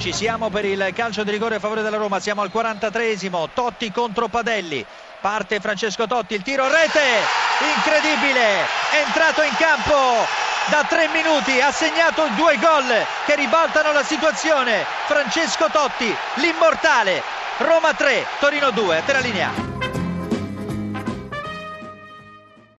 Ci siamo per il calcio di rigore a favore della Roma, siamo al 43esimo, Totti contro Padelli, parte Francesco Totti, il tiro, rete, incredibile, è entrato in campo da 3 minuti, ha segnato 2 gol che ribaltano la situazione, Francesco Totti, l'immortale, Roma 3, Torino 2, a te la linea.